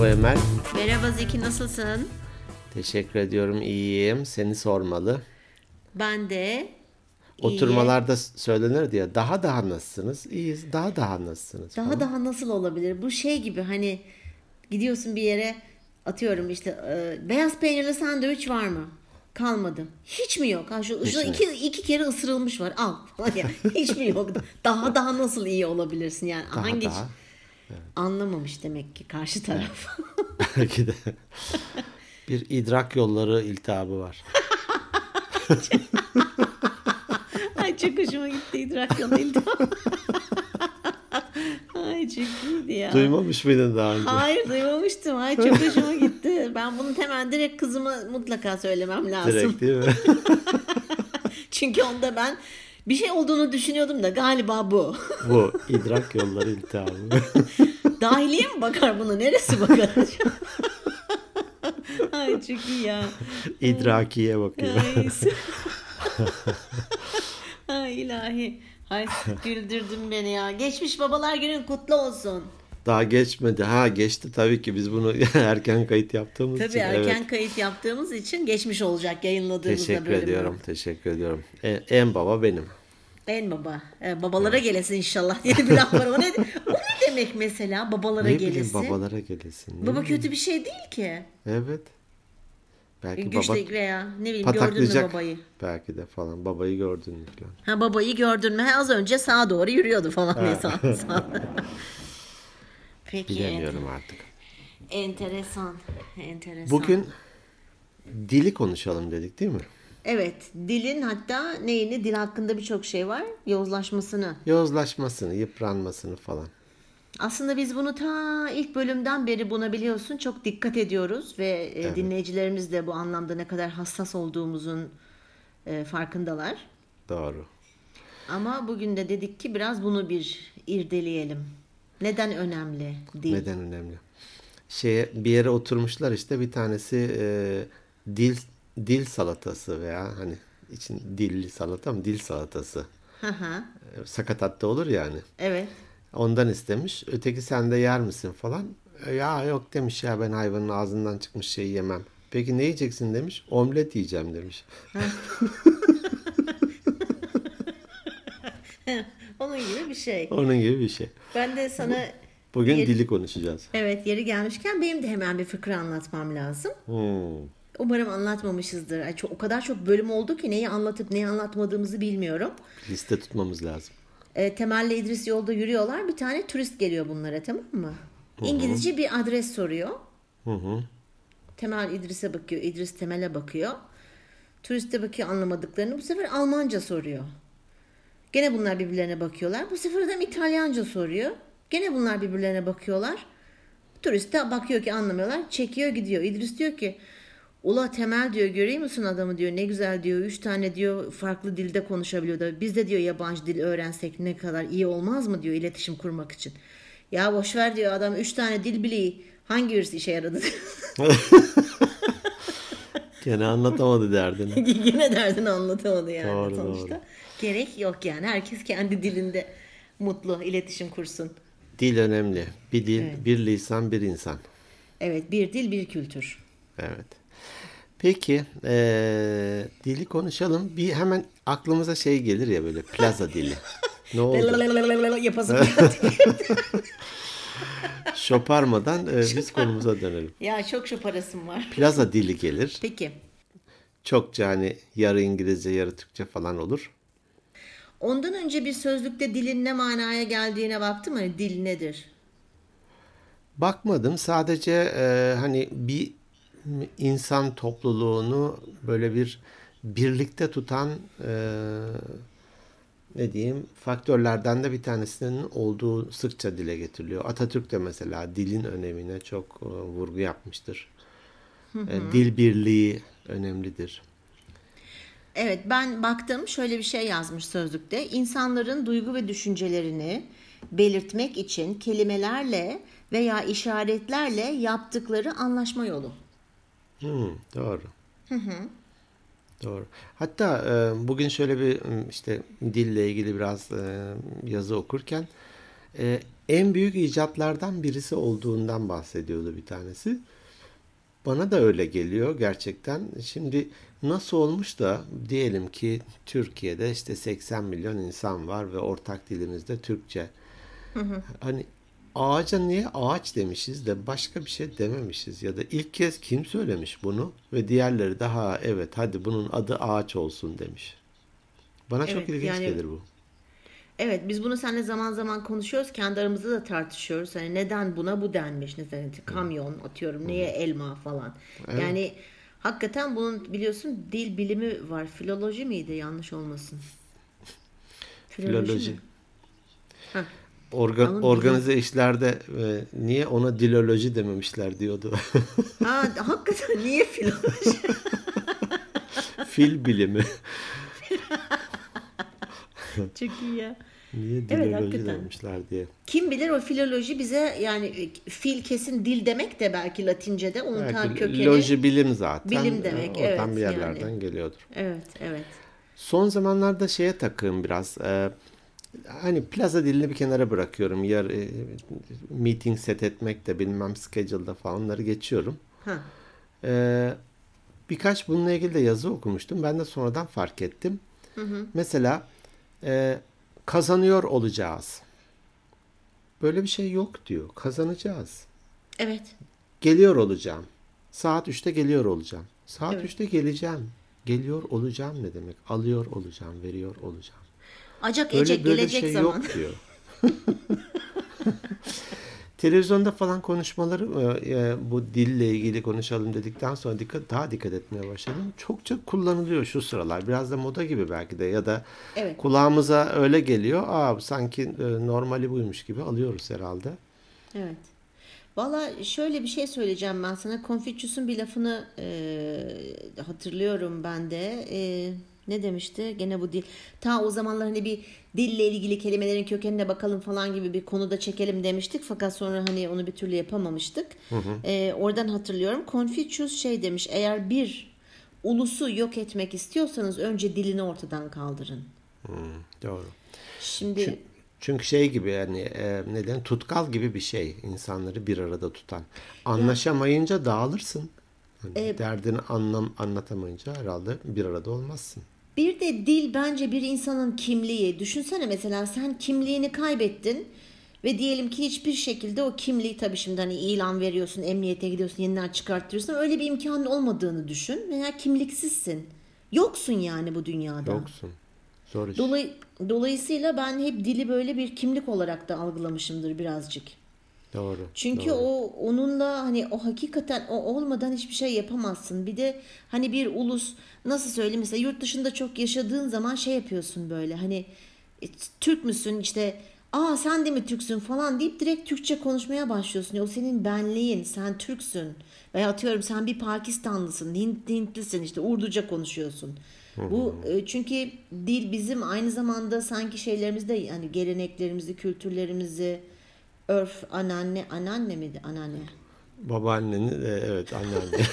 Merhaba Emel. Merhaba Zeki, nasılsın? Teşekkür ediyorum. İyiyim. Seni sormalı. Ben de iyi. Oturmalarda söylenir diye. Daha nasılsınız? İyiyiz. Daha nasılsınız Daha falan. daha nasıl olabilir? Bu şey gibi hani gidiyorsun bir yere, atıyorum işte beyaz peynirli sandviç var mı? Kalmadı. Hiç mi yok? Ha, şu Hiç mi? iki kere ısırılmış var. Al falan ya. Hiç mi yok? Daha nasıl iyi olabilirsin yani? Daha Hangi daha. anlamamış demek ki karşı Evet. taraf. Belki de bir idrak yolları iltihabı var. Ay çok hoşuma gitti idrak yolu iltihap. Ay çok iyiydi ya. Duymamış mıydın daha önce? Hayır duymamıştım. Ay çok hoşuma gitti. Ben bunu hemen direkt kızıma mutlaka söylemem lazım. Direkt değil mi? Çünkü onda ben bir şey olduğunu düşünüyordum da galiba bu. Bu idrak yolları iltihabı. Dahiliye mi bakar buna? Neresi bakar? Ay çok iyi ya. İdrakiye bakıyor. Ay, ay ilahi. Ay güldürdün beni ya. Geçmiş babalar günün kutlu olsun. Daha geçmedi. Ha geçti tabii ki. Biz bunu erken kayıt yaptığımız Tabii için. Evet. erken kayıt yaptığımız için geçmiş olacak yayınladığımızda Teşekkür bölümü. ediyorum. Teşekkür ediyorum. En baba benim. En baba. Babalara gelesin inşallah diye bir laf var. O ne demek mesela babalara Ne bileyim gelesi? babalara gelesin. Ne Baba bileyim. kötü bir şey değil ki. Evet. Belki baba Güçlü veya ne bileyim gördün mü pataklayacak babayı? belki de falan. Babayı gördün mü falan. Ha babayı gördün mü? Ha, az önce sağa doğru yürüyordu falan diye sağ. Peki Bilemiyorum artık. enteresan. Enteresan. Bugün dili konuşalım dedik değil mi? Evet, dilin hatta neyini, dil hakkında birçok şey var. Yozlaşmasını. Yozlaşmasını, yıpranmasını falan. Aslında biz bunu ta ilk bölümden beri buna biliyorsun çok dikkat ediyoruz ve Evet. dinleyicilerimiz de bu anlamda ne kadar hassas olduğumuzun farkındalar. Doğru. Ama bugün de dedik ki biraz bunu bir irdeleyelim. Neden önemli dil? Neden önemli? Bir yere oturmuşlar işte bir tanesi dil salatası veya hani için dilli salata mı dil salatası. Hı hı. Sakatatta olur yani. Evet. Ondan istemiş. Öteki sen de yer misin falan. Ya yok demiş ya ben hayvanın ağzından çıkmış şeyi yemem. Peki ne yiyeceksin demiş. Omlet yiyeceğim demiş. Onun gibi bir şey. Onun gibi bir şey. Ben de sana Bugün yeri- dili konuşacağız. evet yeri gelmişken benim de hemen bir fıkra anlatmam lazım. Umarım anlatmamışızdır. Ay, o kadar çok bölüm oldu ki neyi anlatıp neyi anlatmadığımızı bilmiyorum. Liste tutmamız lazım. Temel'le İdris yolda yürüyorlar. Bir tane turist geliyor bunlara, tamam mı? İngilizce bir adres soruyor. Temel İdris'e bakıyor. İdris Temel'e bakıyor. Turist de bakıyor anlamadıklarını. Bu sefer Almanca soruyor. Gene bunlar birbirlerine bakıyorlar. Bu sefer adam İtalyanca soruyor. Gene bunlar birbirlerine bakıyorlar. Turist de bakıyor ki anlamıyorlar. Çekiyor gidiyor. İdris diyor ki ula Temel diyor, görüyor musun adamı diyor, ne güzel diyor, 3 tane diyor farklı dilde konuşabiliyor da biz de diyor yabancı dil öğrensek ne kadar iyi olmaz mı diyor iletişim kurmak için. Ya boşver diyor, adam 3 tane dil biliyor, hangi birisi işe yaradı? Gene anlatamadı derdini. Yine derdini anlatamadı yani Doğru, sonuçta. doğru. Gerek yok yani, herkes kendi dilinde mutlu iletişim kursun. Dil önemli. Bir dil, Evet. bir lisan, bir insan. Evet, bir dil bir kültür. Evet. Peki, dili konuşalım. Bir hemen aklımıza şey gelir ya böyle plaza dili. Ne oldu? Yapasın. Şoparmadan biz konumuza dönelim. Ya çok şu parasım var. Plaza dili gelir. Peki. Çokça hani yarı İngilizce, yarı Türkçe falan olur. Ondan önce bir sözlükte dilin ne manaya geldiğine baktım mı? Dil nedir? Bakmadım. Sadece hani bir insan topluluğunu böyle bir birlikte tutan ne diyeyim faktörlerden de bir tanesinin olduğu sıkça dile getiriliyor. Atatürk de mesela dilin önemine çok vurgu yapmıştır. Dil birliği önemlidir. Evet, ben baktım, şöyle bir şey yazmış sözlükte. İnsanların duygu ve düşüncelerini belirtmek için kelimelerle veya işaretlerle yaptıkları anlaşma yolu. Doğru. Doğru. Hatta bugün şöyle bir işte dille ilgili biraz yazı okurken En büyük icatlardan birisi olduğundan bahsediyordu bir tanesi. Bana da öyle geliyor gerçekten. Şimdi nasıl olmuş da diyelim ki Türkiye'de işte 80 milyon insan var ve ortak dilimiz de Türkçe. Hani ağaca niye ağaç demişiz de başka bir şey dememişiz ya da ilk kez kim söylemiş bunu ve diğerleri de ha evet hadi bunun adı ağaç olsun demiş. Bana çok Evet ilginç yani gelir bu. evet biz bunu seninle zaman zaman konuşuyoruz. Kendi aramızda da tartışıyoruz. Hani neden buna bu denmiş? Mesela kamyon atıyorum. Niye elma falan. Evet, Yani hakikaten bunun biliyorsun dil bilimi var. Filoloji miydi? Yanlış olmasın. Filoloji mi? filoloji. Heh, onun bilim. Organize işlerde niye ona diloloji dememişler diyordu. Aa, hakikaten niye filoloji? Fil bilimi. Çok iyi ya. Niye Evet diloloji hakikaten. demişler diye. Kim bilir o filoloji bize yani fil kesin dil demek de belki Latince'de onun ta Belki kökeni loji bilim zaten bilim demek. oradan bir Evet yani. yerlerden geliyordur. Evet evet. Son zamanlarda şeye takığım biraz. Hani plaza dilini bir kenara bırakıyorum. Meeting set etmek de bilmem schedule'da falan onları geçiyorum. Ha. E, Birkaç bununla ilgili de yazı okumuştum. Ben de sonradan fark ettim. Mesela e, kazanıyor olacağız. Böyle bir şey yok diyor. Kazanacağız. Evet. Geliyor olacağım. Saat 3'te geliyor olacağım. Saat Evet. 3'te geleceğim. Geliyor olacağım ne demek? Alıyor olacağım, veriyor olacağım. Acak ecek Böyle bir gelecek şey zaman. yok diyor. Televizyonda falan konuşmaları bu dille ilgili konuşalım dedikten sonra daha dikkat etmeye başladım. Çokça kullanılıyor şu sıralar. Biraz da moda gibi belki de ya da Evet. kulağımıza öyle geliyor. Sanki normali buymuş gibi alıyoruz herhalde. Evet. Valla şöyle bir şey söyleyeceğim ben sana. Confucius'un bir lafını hatırlıyorum ben de. Ne demişti? Gene bu dil. Ta o zamanlar hani bir dille ilgili kelimelerin kökenine bakalım falan gibi bir konuda çekelim demiştik. Fakat sonra hani onu bir türlü yapamamıştık. Oradan hatırlıyorum. Confucius şey demiş. Eğer bir ulusu yok etmek istiyorsanız önce dilini ortadan kaldırın. Doğru. Şimdi Çünkü şey gibi yani neden tutkal gibi bir şey insanları bir arada tutan. ya Anlaşamayınca dağılırsın. Hani derdini anlatamayınca herhalde bir arada olmazsın. bir de dil bence bir insanın kimliği. Düşünsene mesela sen kimliğini kaybettin ve diyelim ki hiçbir şekilde o kimliği tabii şimdi hani ilan veriyorsun, emniyete gidiyorsun, yeniden çıkarttırıyorsun. Öyle bir imkanın olmadığını düşün veya kimliksizsin. Yoksun yani bu dünyada. Yoksun. Zor iş. Dolay- Dolayısıyla ben hep dili böyle bir kimlik olarak da algılamışımdır birazcık. Doğru. Çünkü Doğru. o onunla hani o hakikaten o olmadan hiçbir şey yapamazsın. Bir de hani bir ulus nasıl söyleyeyim mesela yurt dışında çok yaşadığın zaman şey yapıyorsun böyle hani Türk müsün işte sen de mi Türksün falan deyip direkt Türkçe konuşmaya başlıyorsun. O senin benliğin, sen Türksün. Veya atıyorum sen bir Pakistanlısın, Hintlisin işte Urduca konuşuyorsun. Bu çünkü dil bizim aynı zamanda sanki şeylerimizde yani geleneklerimizi, kültürlerimizi örf anneanne miydi? Anneanne. Babaannenin evet anneanne.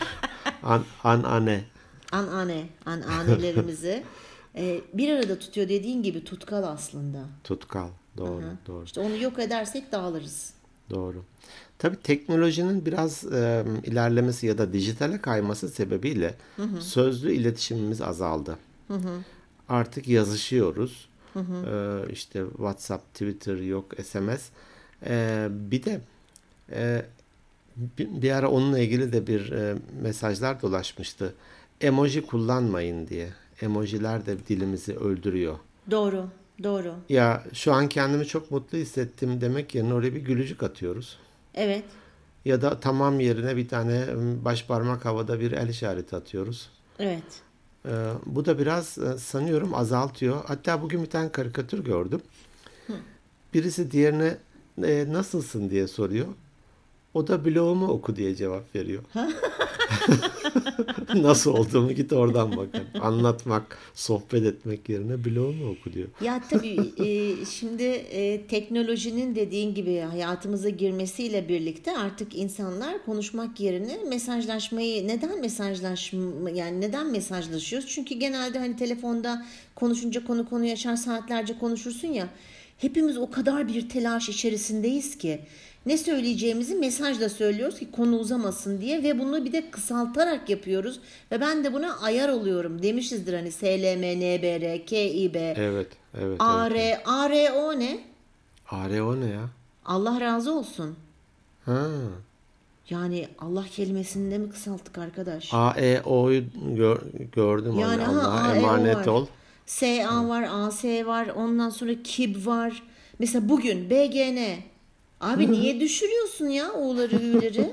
Anneanne. Anneannelerimizi bir arada tutuyor dediğin gibi tutkal aslında. Tutkal. Doğru. Aha. Doğru. İşte onu yok edersek dağılırız. Doğru. Tabii teknolojinin biraz ilerlemesi ya da dijitale kayması sebebiyle sözlü iletişimimiz azaldı. Artık yazışıyoruz. İşte WhatsApp, Twitter yok, SMS. Bir de e, bir ara onunla ilgili de bir mesajlar dolaşmıştı. Emoji kullanmayın diye. Emojiler de dilimizi öldürüyor. Doğru, doğru. Ya şu an kendimi çok mutlu hissettim demek yerine oraya bir gülücük atıyoruz. Evet, Ya da tamam yerine bir tane baş parmak havada bir el işareti atıyoruz. evet. Bu da biraz sanıyorum azaltıyor. Hatta bugün bir tane karikatür gördüm. Birisi diğerine nasılsın diye soruyor. O da blogumu oku diye cevap veriyor. Nasıl olduğumu git oradan bakın. Anlatmak, sohbet etmek yerine blogumu oku diyor. Ya tabii şimdi teknolojinin dediğin gibi hayatımıza girmesiyle birlikte artık insanlar konuşmak yerine mesajlaşmayı yani neden mesajlaşıyoruz? Çünkü genelde hani telefonda konuşunca konu açar saatlerce konuşursun ya. hepimiz o kadar bir telaş içerisindeyiz ki ne söyleyeceğimizi mesajla söylüyoruz ki konu uzamasın diye ve bunu bir de kısaltarak yapıyoruz ve ben de buna ayar oluyorum demişizdir hani SLM, NBR, KİB, Evet, evet, AR, evet. Evet. ARO ne? ARO ne ya? Allah razı olsun. Ha. Yani Allah kelimesini de mi kısalttık arkadaş? AEO'yu gördüm hani Yani Allah'a AEO emanet var. ol. SA var, AS var, ondan sonra KİB var. Mesela bugün BGN. Abi niye düşürüyorsun ya O'ları Ü'leri?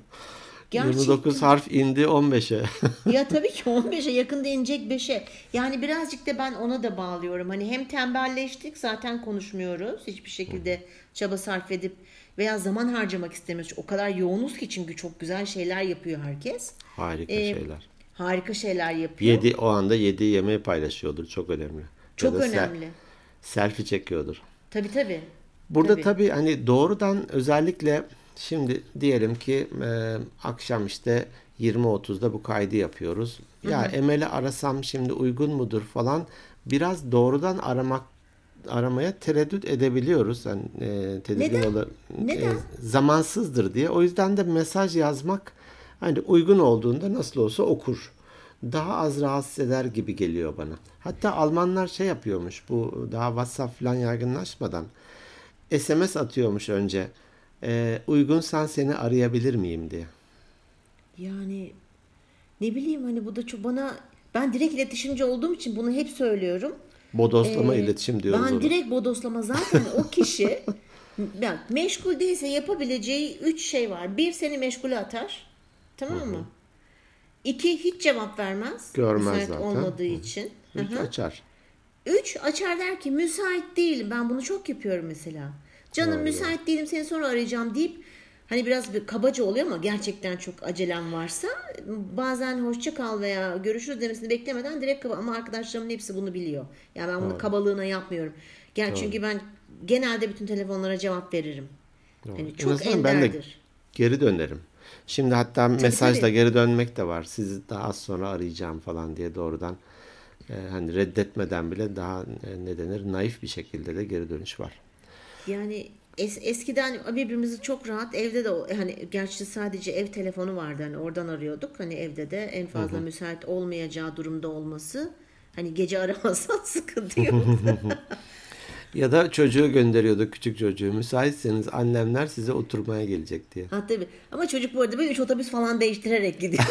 29 Gerçekten. harf indi 15'e. Ya tabii ki 15'e yakında inecek 5'e. Yani birazcık da ben ona da bağlıyorum. Hani hem tembelleştik zaten konuşmuyoruz. Hiçbir şekilde çaba sarf edip veya zaman harcamak istemiyoruz. O kadar yoğunuz ki çünkü çok güzel şeyler yapıyor herkes. Harika Ee, şeyler. Harika şeyler yapıyor. O anda yediği yemeği paylaşıyordur. Çok önemli. Ya Çok da önemli. selfie çekiyordur. Tabii tabii. Burada Tabii. tabii hani doğrudan özellikle şimdi diyelim ki akşam işte 20.30'da bu kaydı yapıyoruz. Ya Emel'i arasam şimdi uygun mudur falan biraz doğrudan aramaya tereddüt edebiliyoruz. Yani, tedirgin Neden? olur. Neden? Zamansızdır diye. O yüzden de mesaj yazmak hani uygun olduğunda nasıl olsa okur. Daha az rahatsız eder gibi geliyor bana. Hatta Almanlar şey yapıyormuş bu daha WhatsApp falan yaygınlaşmadan. SMS atıyormuş önce. Uygunsan seni arayabilir miyim diye. Yani ne bileyim hani bu da çok bana ben direkt iletişimci olduğum için bunu hep söylüyorum. Bodoslama iletişim diyoruz Ben ona. direkt bodoslama zaten o kişi bak meşgul değilse yapabileceği 3 şey var. Bir seni meşgule atar. Tamam mı? 2 hiç cevap vermez. Görmez Müsait zaten. olmadığı için. Üç açar. 3 açar der ki müsait değilim. Ben bunu çok yapıyorum mesela. Canım Doğru, müsait değilim seni sonra arayacağım deyip hani biraz bir kabaca oluyor ama gerçekten çok acelem varsa bazen hoşça kal veya görüşürüz demesini beklemeden direkt kaba ama arkadaşlarımın hepsi bunu biliyor. Yani ben bunu kabalığına yapmıyorum. Çünkü ben genelde bütün telefonlara cevap veririm. Hani En çok azından ben de enderdir. geri dönerim. Şimdi hatta Tabii mesajla tabii. geri dönmek de var. Sizi daha az sonra arayacağım falan diye doğrudan hani reddetmeden bile daha ne denir naif bir şekilde de geri dönüş var. Yani eskiden birbirimizi çok rahat evde de hani gerçi sadece ev telefonu vardı hani oradan arıyorduk hani evde de en fazla müsait olmayacağı durumda olması hani gece aramazsan sıkıntı yok. Ya da çocuğu gönderiyorduk küçük çocuğu. Müsaitseniz annemler size oturmaya gelecek diye. Ha tabii ama çocuk bu arada böyle 3 otobüs falan değiştirerek gidiyor.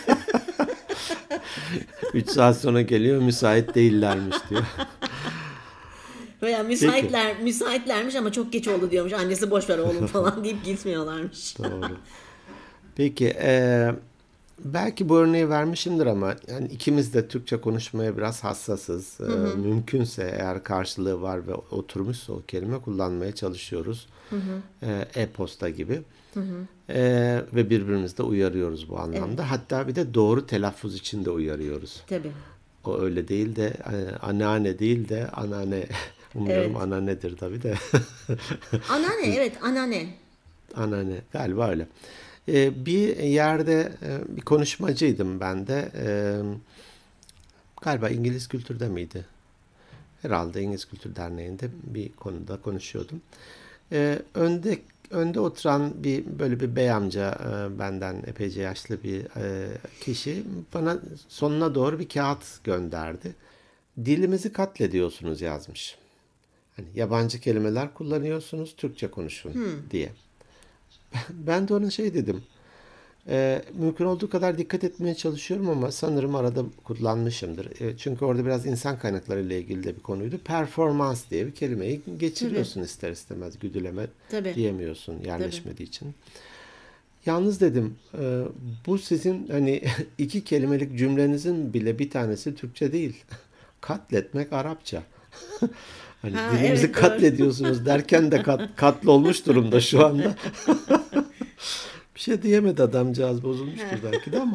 3 saat sonra geliyor müsait değillermiş diyor. Veya Peki. müsaitlermiş ama çok geç oldu diyormuş. Annesi boş ver oğlum falan deyip gitmiyorlarmış. Doğru. Peki belki bu örneği vermişimdir ama yani ikimiz de Türkçe konuşmaya biraz hassasız. Mümkünse eğer karşılığı var ve oturmuşsa o kelime kullanmaya çalışıyoruz. E-posta gibi. Ve birbirimizi de uyarıyoruz bu anlamda. Evet. Hatta bir de doğru telaffuz için de uyarıyoruz. Tabii. O öyle değil de anneanne değil de anneanne. Umuyorum Evet. anneannedir tabii de. Anneanne evet anneanne. Anneanne galiba öyle. Bir yerde bir konuşmacıydım ben de. Galiba İngiliz Kültür'de miydi? Herhalde İngiliz Kültür Derneği'nde bir konuda konuşuyordum. Önde oturan böyle bir bey amca, benden epeyce yaşlı bir kişi bana sonuna doğru bir kağıt gönderdi. Dilimizi katlediyorsunuz yazmış. Hani yabancı kelimeler kullanıyorsunuz, Türkçe konuşun diye. Ben de ona şey dedim. Mümkün olduğu kadar dikkat etmeye çalışıyorum ama sanırım arada kullanmışımdır. Çünkü orada biraz insan kaynakları ile ilgili de bir konuydu. Performans diye bir kelimeyi geçiriyorsun ister istemez. Güdüleme Tabii. diyemiyorsun yerleşmediği için. Yalnız dedim bu sizin hani 2 kelimelik cümlenizin bile bir tanesi Türkçe değil. Katletmek Arapça. Hani Ha dilimizi evet doğru. katlediyorsunuz derken de katlı olmuş durumda şu anda. Bir şey diyemedi adamcağız bozulmuştur belki de ama.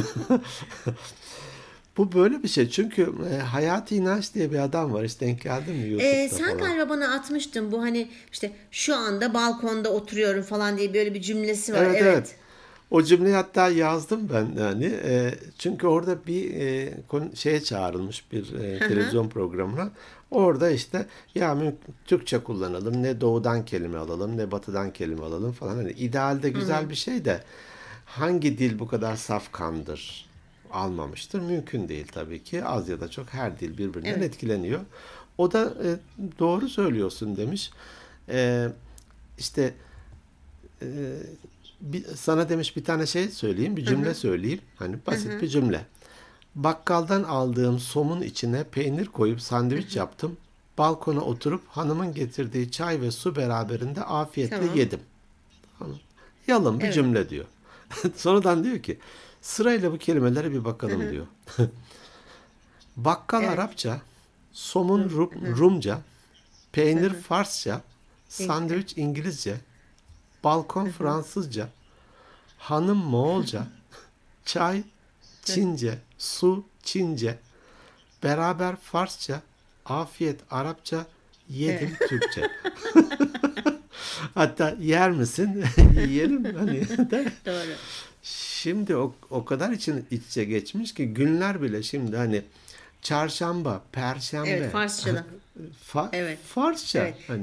Bu böyle bir şey. Çünkü Hayati İnanç diye bir adam var. Hiç denk geldin mi YouTube'da Sen falan? galiba bana atmıştın bu hani işte şu anda balkonda oturuyorum falan diye böyle bir cümlesi var. Evet, Evet. evet. O cümleyi hatta yazdım ben yani. Çünkü orada bir şeye çağrılmış bir televizyon programına. Orada işte ya Türkçe kullanalım, ne doğudan kelime alalım, ne batıdan kelime alalım falan. Hani idealde güzel bir şey de hangi dil bu kadar safkandır almamıştır? Mümkün değil tabii ki. Az ya da çok her dil birbirinden Evet. etkileniyor. O da doğru söylüyorsun demiş. E, işte e, sana demiş bir tane şey söyleyeyim, bir cümle söyleyeyim. Hani basit bir cümle. Bakkaldan aldığım somun içine peynir koyup sandviç yaptım. Balkona oturup hanımın getirdiği çay ve su beraberinde afiyetle Tamam. yedim. Tamam. Yalın bir Evet. cümle diyor. Sonradan diyor ki sırayla bu kelimelere bir bakalım diyor. Bakkal Evet. Arapça, somun Rum. Rumca, peynir Farsça, İngilizce. sandviç İngilizce, balkon Fransızca, hanım Moğolca, çay Çince, su Çince, beraber Farsça, afiyet Arapça, Evet. yedim Türkçe. Hatta yer misin? Yiyelim hani. Doğru. Şimdi o kadar iç içe geçmiş ki günler bile şimdi hani çarşamba, Evet, perşembe, Farsçadan. Evet. Farsça Evet. hani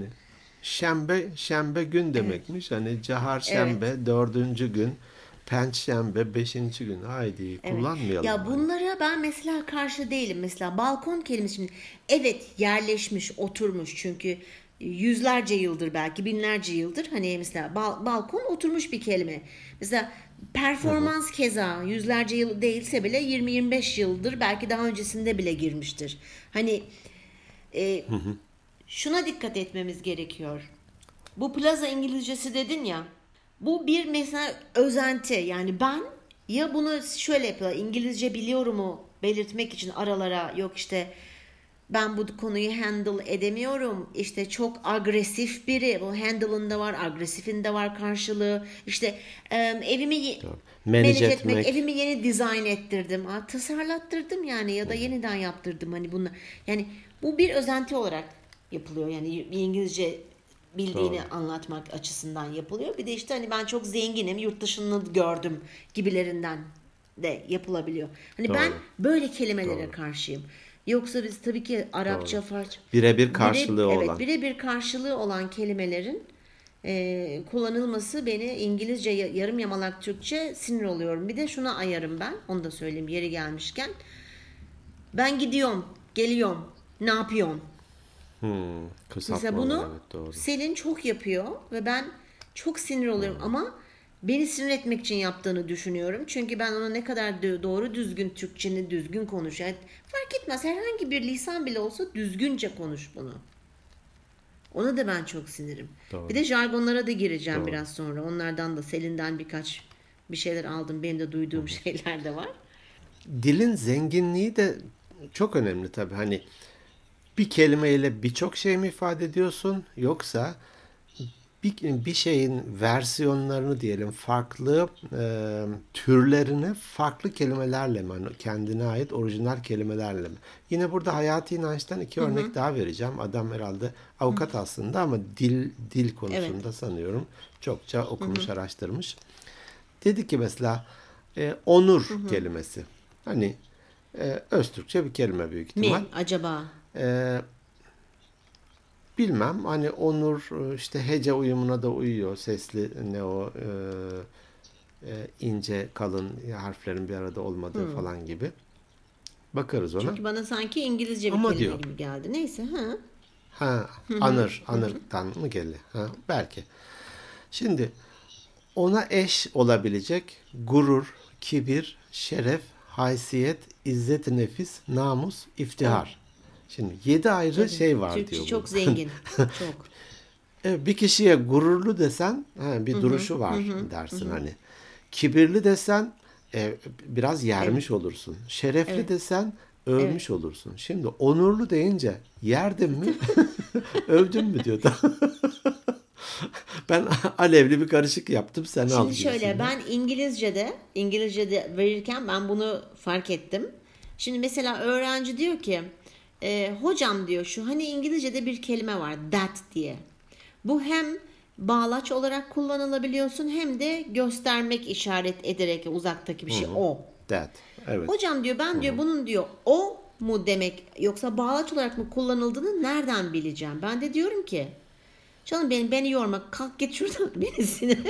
şembe gün Evet. demekmiş. Hani cahar Evet. şembe dördüncü gün, pençşembe beşinci gün. Haydi Evet. kullanmayalım Ya hani. bunlara ben mesela karşı değilim. Mesela balkon kelimesi şimdi evet yerleşmiş, oturmuş çünkü yüzlerce yıldır belki binlerce yıldır hani mesela balkon oturmuş bir kelime. Mesela Hı hı. performans keza yüzlerce yıl değilse bile 20-25 yıldır belki daha öncesinde bile girmiştir. Hani e, şuna dikkat etmemiz gerekiyor. Bu plaza İngilizcesi dedin ya. Bu bir mesela özenti. Yani ben ya bunu şöyle yapıyorlar. İngilizce biliyorumu belirtmek için aralara yok işte ben bu konuyu handle edemiyorum. İşte çok agresif biri. Bu handle'ın da var, agresifin de var karşılığı. İşte evimi Doğru. Manage manage etmek, etmek. evimi yeni dizayn ettirdim. Tasarlattırdım yani ya da yeniden yaptırdım hani bunu. Yani bu bir özenti olarak yapılıyor. Yani bir İngilizce bildiğini Doğru. anlatmak açısından yapılıyor. Bir de işte hani ben çok zenginim, yurt dışını gördüm gibilerinden de yapılabiliyor. Hani ben Doğru. böyle kelimelere Doğru. karşıyım. Yoksa biz tabii ki Doğru. Arapça, Farsça Birebir karşılığı evet olan. birebir karşılığı olan kelimelerin kullanılması beni İngilizce yarım yamalak Türkçe sinir oluyorum. Bir de şuna ayarım ben. Onu da söyleyeyim yeri gelmişken. Ben gidiyorum, geliyorum. Ne yapıyorsun? Mesela Kısaltmalı bunu evet doğru. Selin çok yapıyor ve ben çok sinir oluyorum ama beni sinir etmek için yaptığını düşünüyorum. Çünkü ben ona ne kadar doğru düzgün Türkçeni düzgün konuş. Yani fark etmez herhangi bir lisan bile olsa düzgünce konuş bunu. Ona da ben çok sinirim. Bir Doğru. de jargonlara da gireceğim Doğru. biraz sonra. Onlardan da Selin'den bir şeyler aldım. Benim de duyduğum şeyler de var. Dilin zenginliği de çok önemli tabii. Hani bir kelimeyle birçok şey mi ifade ediyorsun yoksa bir şeyin versiyonlarını diyelim farklı türlerini farklı kelimelerle mi? Hani kendine ait orijinal kelimelerle mi? Yine burada hayati inançtan iki örnek daha vereceğim. Adam herhalde avukat aslında ama dil Evet. konusunda sanıyorum çokça okumuş, araştırmış. Dedi ki mesela onur kelimesi. Hani Öztürkçe bir kelime büyük ihtimal. Mi acaba? E, Bilmem hani onur işte hece uyumuna da uyuyor. Sesli ne o ince kalın harflerin bir arada olmadığı falan gibi. Bakarız ona. Çünkü bana sanki İngilizce bir Ama kelime diyor gibi geldi. Neyse ha. ha anırdan mı geldi? Ha, belki. Şimdi ona eş olabilecek gurur, kibir, şeref, haysiyet, izzet-i nefis, namus, O iftihar. Şimdi 7 ayrı tabii. şey var Türkçe diyor çok burada. zengin. Çok. Bir kişiye gururlu desen bir duruşu var dersin hani. Kibirli desen biraz Evet. yermiş olursun. Şerefli Evet. desen Evet. övmüş olursun. Şimdi onurlu deyince yerdin mi övdün mü diyor. Ben alevli bir karışık yaptım sen al Şimdi şöyle gibisinden. ben İngilizce'de verirken ben bunu fark ettim. Şimdi mesela öğrenci diyor ki hocam diyor şu hani İngilizce'de bir kelime var that diye. Bu hem bağlaç olarak kullanılabiliyorsun hem de göstermek, işaret ederek uzaktaki bir şey o. That. Evet. Hocam diyor ben diyor bunun diyor o mu demek yoksa bağlaç olarak mı kullanıldığını nereden bileceğim? Ben de diyorum ki canım beni yorma, kalk git şuradan, beni sinir.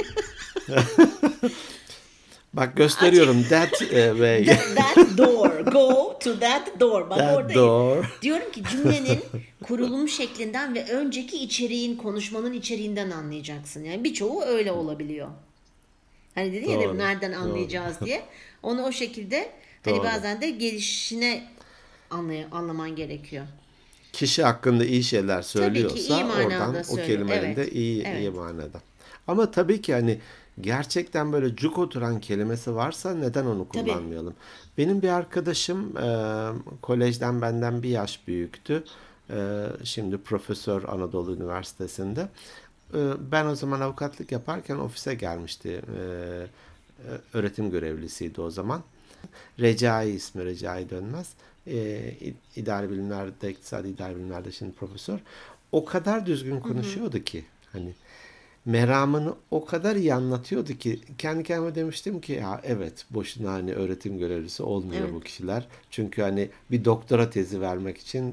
Bak gösteriyorum that way. That door. Go to that door. Bak That oradayım. door. Diyorum ki cümlenin kurulum şeklinden ve önceki içeriğin, konuşmanın içeriğinden anlayacaksın. Yani birçoğu öyle olabiliyor. Hani dedin ya Doğru, nereden anlayacağız diye. Onu o şekilde hani Doğru. bazen de gelişine anlaman gerekiyor. Kişi hakkında iyi şeyler söylüyorsa iyi manada oradan o söylüyor. kelimenin Evet, de iyi evet. manada. Ama tabii ki hani gerçekten böyle cuk oturan kelimesi varsa neden onu Tabii. kullanmayalım? Benim bir arkadaşım kolejden benden bir yaş büyüktü. Şimdi profesör Anadolu Üniversitesi'nde. Ben o zaman avukatlık yaparken ofise gelmişti. Öğretim görevlisiydi o zaman. Recai ismi, Recai Dönmez. İdari bilimlerde, iktisadi idari bilimlerde şimdi profesör. O kadar düzgün konuşuyordu ki hani meramını o kadar iyi anlatıyordu ki kendi kendime demiştim ki ya evet boşuna hani öğretim görevlisi olmuyor Evet. bu kişiler. Çünkü hani bir doktora tezi vermek için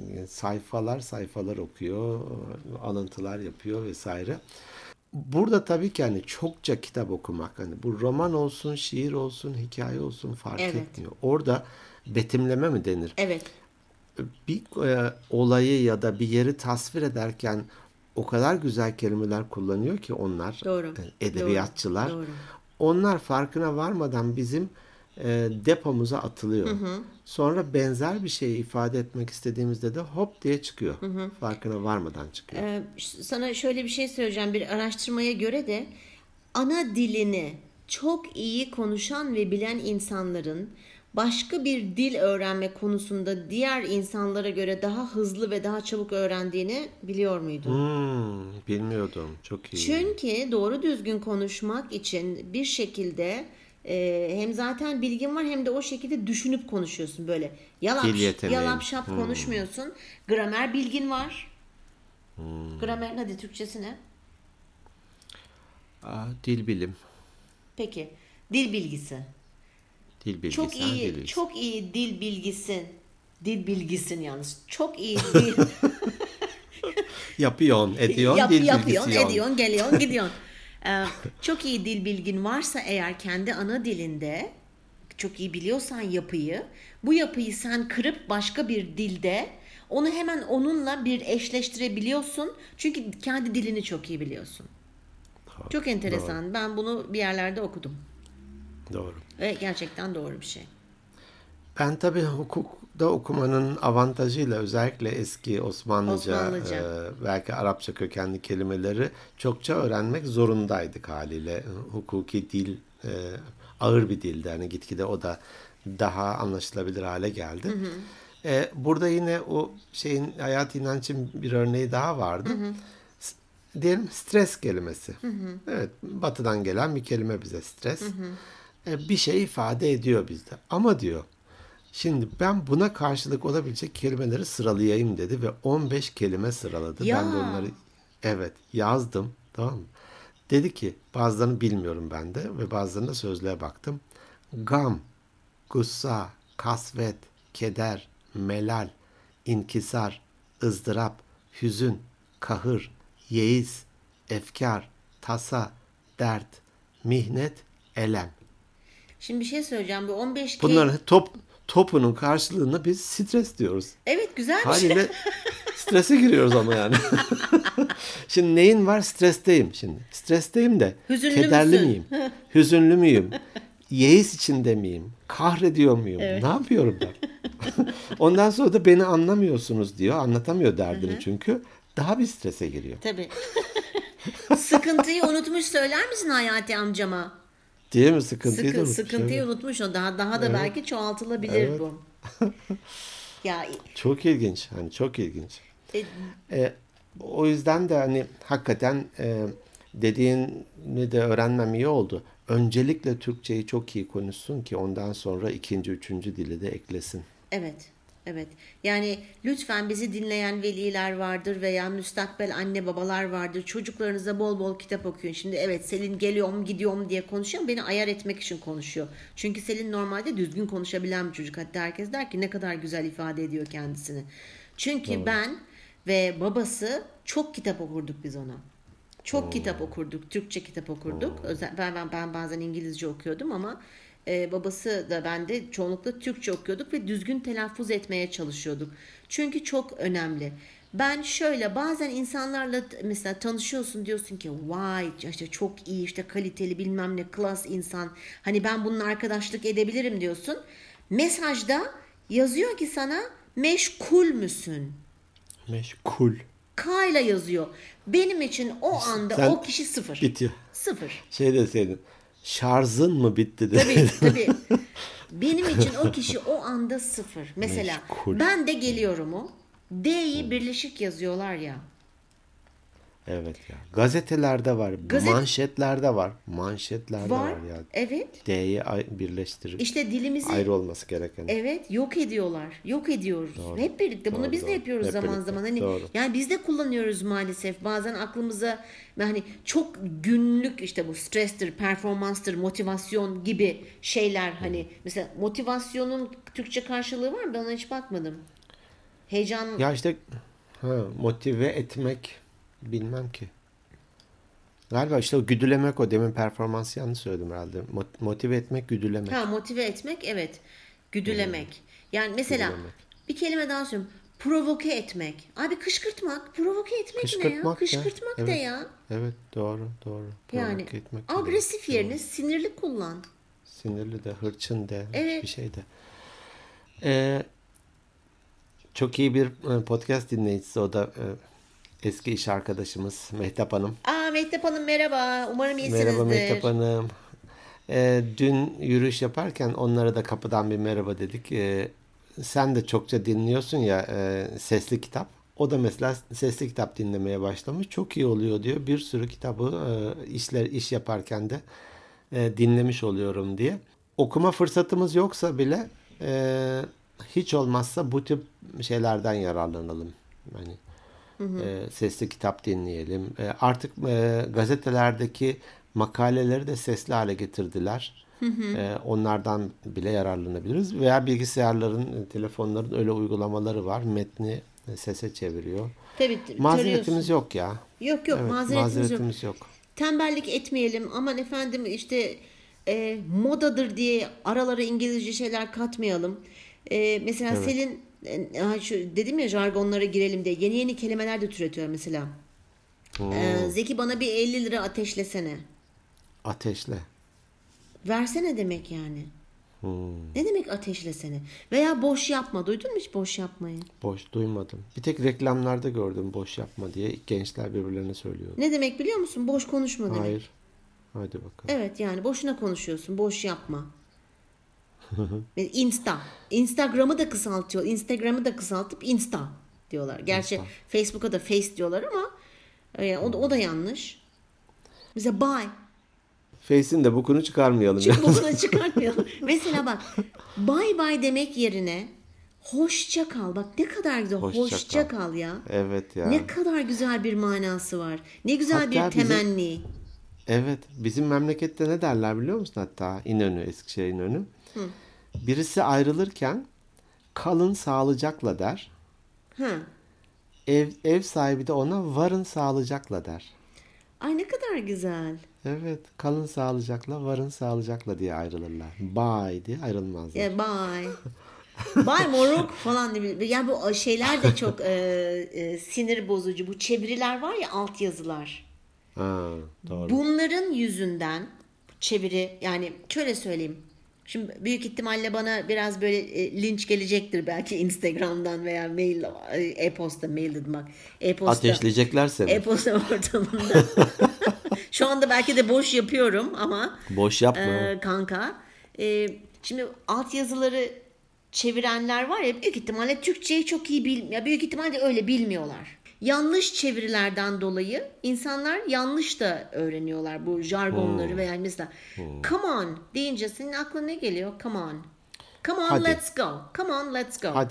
sayfalar okuyor, alıntılar yapıyor vesaire. Burada tabii ki hani çokça kitap okumak, hani bu roman olsun, şiir olsun, hikaye olsun fark Evet. etmiyor. Orada betimleme mi denir? Evet. Bir olayı ya da bir yeri tasvir ederken o kadar güzel kelimeler kullanıyor ki onlar, Doğru. edebiyatçılar. Doğru. Onlar farkına varmadan bizim depomuza atılıyor. Sonra benzer bir şeyi ifade etmek istediğimizde de hop diye çıkıyor. Farkına varmadan çıkıyor. Sana şöyle bir şey söyleyeceğim. Bir araştırmaya göre de ana dilini çok iyi konuşan ve bilen insanların başka bir dil öğrenme konusunda diğer insanlara göre daha hızlı ve daha çabuk öğrendiğini biliyor muydun? Bilmiyordum. Çok iyi. Çünkü doğru düzgün konuşmak için bir şekilde hem zaten bilgin var hem de o şekilde düşünüp konuşuyorsun böyle. Dil yeteneği. Yalap şap konuşmuyorsun. Gramer bilgin var. Gramer hadi Türkçesi ne? Dil bilim. Peki. Dil bilgisi. Dil bilgisi. Çok iyi, Dil bilgisi. çok iyi dil bilgisin. Dil bilgisin yalnız. Çok iyi dil. Yapıyorsun, ediyorsun, dil Yapıyorsun, bilgisi ediyorsun, geliyorsun, gidiyorsun. Çok iyi dil bilgin varsa eğer kendi ana dilinde çok iyi biliyorsan yapıyı, bu yapıyı sen kırıp başka bir dilde onu hemen onunla bir eşleştirebiliyorsun. Çünkü kendi dilini çok iyi biliyorsun. Çok enteresan. Doğru. Ben bunu bir yerlerde okudum. Doğru. Ve gerçekten doğru bir şey. Ben tabii hukukta okumanın avantajıyla özellikle eski Osmanlıca, belki Arapça kökenli kelimeleri çokça öğrenmek zorundaydık haliyle. Hukuki dil ağır bir dildi. Yani gitgide o da daha anlaşılabilir hale geldi. Burada yine o şeyin hayat inancın bir örneği daha vardı. Diyelim stres kelimesi. Evet, batıdan gelen bir kelime bize stres. Bir şey ifade ediyor bizde. Ama diyor şimdi ben buna karşılık olabilecek kelimeleri sıralayayım dedi ve 15 kelime sıraladı. Ya. Ben de onları yazdım, tamam mı? Dedi ki bazılarını bilmiyorum ben de ve bazılarına sözlüğe baktım. Gam, gussa, kasvet, keder, melal, inkisar, ızdırap, hüzün, kahır, yeis, efkar, tasa, dert, mihnet, elem. Şimdi bir şey söyleyeceğim. Bu 15 Bunların topunun karşılığını biz stres diyoruz. Evet, güzel bir şey. Haliyle strese giriyoruz ama yani. Şimdi neyin var? Stresteyim şimdi. Stresteyim de Hüzünlü kederli müsün? miyim? Hüzünlü müyüm? Yeis içinde miyim? Kahrediyor muyum? Evet. Ne yapıyorum ben? Ondan sonra da beni anlamıyorsunuz diyor. Anlatamıyor derdini çünkü. Daha bir strese giriyor. Tabii. Sıkıntıyı unutmuş, söyler misin Hayati amcama? Değil mi? Sıkıntıyı da unutmuş, Sıkıntıyı evet. unutmuş o. Daha da belki çoğaltılabilir Evet. bu. Ya Çok ilginç. Hani çok ilginç. O yüzden de hani hakikaten dediğini de öğrenmem iyi oldu. Öncelikle Türkçeyi çok iyi konuşsun ki ondan sonra ikinci, üçüncü dili de eklesin. evet. Evet. Yani lütfen bizi dinleyen veliler vardır veya müstakbel anne babalar vardır. Çocuklarınıza bol bol kitap okuyun. Şimdi evet, Selin geliyorum gidiyorum diye konuşuyor ama beni ayar etmek için konuşuyor. Çünkü Selin normalde düzgün konuşabilen bir çocuk. Hatta herkes der ki ne kadar güzel ifade ediyor kendisini. Çünkü Doğru. ben ve babası çok kitap okurduk biz ona. Çok kitap okurduk. Türkçe kitap okurduk. Ben bazen İngilizce okuyordum ama babası da ben de çoğunlukla Türkçe okuyorduk ve düzgün telaffuz etmeye çalışıyorduk. Çünkü çok önemli. Ben şöyle bazen insanlarla mesela tanışıyorsun, diyorsun ki vay işte çok iyi, işte kaliteli bilmem ne klas insan. Hani ben bununla arkadaşlık edebilirim diyorsun. Mesajda yazıyor ki sana meşgul müsün? Meşgul. K ile yazıyor. Benim için o anda Sen o kişi sıfır. bitiyor. Sıfır. Şey deseydin. Şarjın mı bitti Tabii deseydin. tabii. Benim için o kişi o anda sıfır. Mesela Meşgul. ben de geliyorum o. D'yi birleşik yazıyorlar ya. Evet ya. Gazetelerde var. Gazete- Manşetlerde var. Manşetlerde Var. var ya. Evet. D'yi birleştirip İşte dilimizi ayrı olması gereken. evet yok ediyorlar. Yok ediyoruz. Doğru. Hep birlikte. Bunu Doğru, biz de doğru. yapıyoruz Hep zaman birlikte. zaman. Hani Doğru. yani biz de kullanıyoruz maalesef. Bazen aklımıza hani çok günlük işte bu strestir, performanstır, motivasyon gibi şeyler hani mesela motivasyonun Türkçe karşılığı var mı? Ben ona hiç bakmadım. Heyecan Ya işte motive etmek bilmem ki. Galiba işte o güdülemek, o demin performansı yanlış söyledim herhalde. Motive etmek, güdülemek. ha motive etmek, evet. Güdülemek. Yani mesela Güdülemek. bir kelime daha söyleyeyim. Provoke etmek. Abi kışkırtmak. Provoke etmek ne ya? Kışkırtmak da. Kışkırtmak da Evet. ya. Evet, doğru. Yani Provoke etmek de agresif doğru. yerine sinirli kullan. Sinirli de, hırçın de, Evet. hiçbir şey de. Çok iyi bir podcast dinleyicisi o da eski iş arkadaşımız Mehtap Hanım. Mehtap Hanım merhaba. Umarım iyisinizdir. Merhaba Mehtap Hanım. Dün yürüyüş yaparken onlara da kapıdan bir merhaba dedik. Sen de çokça dinliyorsun ya sesli kitap. O da mesela sesli kitap dinlemeye başlamış. Çok iyi oluyor diyor. Bir sürü kitabı iş yaparken de dinlemiş oluyorum diye. Okuma fırsatımız yoksa bile hiç olmazsa bu tip şeylerden yararlanalım. Yani sesli kitap dinleyelim. Artık gazetelerdeki makaleleri de sesli hale getirdiler. Onlardan bile yararlanabiliriz. Veya bilgisayarların, telefonların öyle uygulamaları var. Metni sese çeviriyor. Tabii Mazeretimiz yok ya. Yok Evet, mazeretimiz yok. yok. Tembellik etmeyelim. Aman efendim işte modadır diye aralara İngilizce şeyler katmayalım. Mesela Evet. Selin dedim ya jargonlara girelim diye yeni kelimeler de türetiyor mesela. Zeki bana bir 50 lira ateşlesene. Ateşle. Versene demek yani. Ne demek ateşlesene? Veya boş yapma. Duydun mu hiç boş yapmayı? Boş duymadım. Bir tek reklamlarda gördüm boş yapma diye. Gençler birbirlerine söylüyor. Ne demek biliyor musun? Boş konuşma demek. Hayır. Hadi bakalım. Evet yani boşuna konuşuyorsun. Boş yapma. Instagram'ı da kısaltıyor. Instagram'ı da kısaltıp Insta diyorlar. Gerçi Facebook'a da Face diyorlar ama o da yanlış. Mesela bye. Face'in de bokunu çıkarmayalım. Çünkü bokunu çıkartmayalım. Mesela bak bye bye demek yerine hoşça kal. Bak ne kadar güzel. Hoşça kal ya. Evet ya. Ne kadar güzel bir manası var. Ne güzel Hatta bir temenni. Evet. Bizim memlekette ne derler biliyor musun hatta? İnönü, Eskişehir İnönü. Birisi ayrılırken kalın sağlıcakla der. Ha. Ev sahibi de ona varın sağlıcakla der. Ay ne kadar güzel. Evet. Kalın sağlıcakla, varın sağlıcakla diye ayrılırlar. Bye diye ayrılmazlar. Ya bye. Bye moruk falan diye. Yani bu şeyler de çok sinir bozucu. Bu çeviriler var ya, altyazılar. Ha, doğru. Bunların yüzünden çeviri, yani şöyle söyleyeyim. Şimdi büyük ihtimalle bana biraz böyle linç gelecektir belki Instagram'dan veya mail, mail dedim bak. Ateşleyecekler seni. E-posta ortamında. Şu anda belki de boş yapıyorum ama. Boş yapma. Kanka. Şimdi altyazıları çevirenler var ya, büyük ihtimalle Türkçeyi çok iyi bilmiyor. Büyük ihtimalle öyle bilmiyorlar. Yanlış çevirilerden dolayı insanlar yanlış da öğreniyorlar bu jargonları veya mesela come on deyince senin aklına ne geliyor? Come on. Come on Hadi. let's go. Come on let's go. Hadi.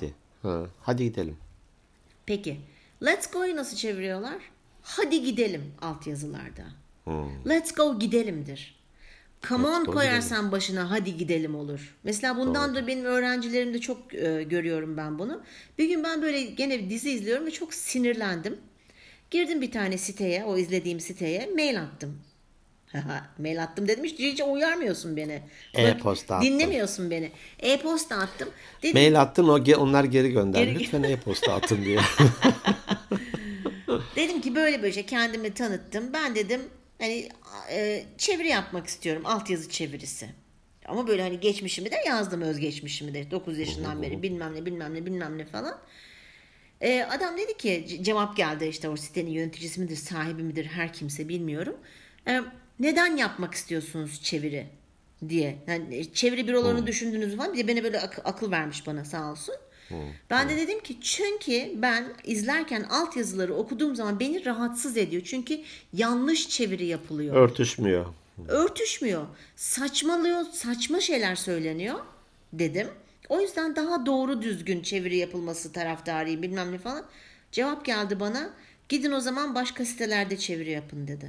Ha, hadi gidelim. Peki. Let's go'yu nasıl çeviriyorlar? Hadi gidelim altyazılarda. Let's go gidelimdir. Come Let's on go koyarsan başına hadi gidelim olur. Mesela bundan da benim öğrencilerimde çok görüyorum ben bunu. Bir gün ben böyle gene bir dizi izliyorum ve çok sinirlendim. Girdim bir tane siteye, o izlediğim siteye mail attım. Mail attım dedim, hiç uyarmıyorsun beni. E-posta attım. Dinlemiyorsun beni. E-posta attım. Dedim, Mail attın, onlar geri gönder. Lütfen e-posta atın diye. dedim ki böyle şey, kendimi tanıttım. Ben dedim hani çeviri yapmak istiyorum, altyazı çevirisi. Ama böyle hani geçmişimi de yazdım, özgeçmişimi de 9 yaşından beri bilmem ne falan. Adam dedi ki, cevap geldi işte, o sitenin yöneticisi midir, sahibi midir, her kimse bilmiyorum. Neden yapmak istiyorsunuz çeviri diye. Yani çeviri bürolarını düşündünüz falan. Bir de bana böyle akıl vermiş bana, sağ olsun. Ben de dedim ki çünkü ben izlerken altyazıları okuduğum zaman beni rahatsız ediyor. Çünkü yanlış çeviri yapılıyor. Örtüşmüyor. Saçmalıyor, saçma şeyler söyleniyor dedim. O yüzden daha doğru düzgün çeviri yapılması taraftarıyım bilmem ne falan. Cevap geldi bana. Gidin o zaman başka sitelerde çeviri yapın dedi.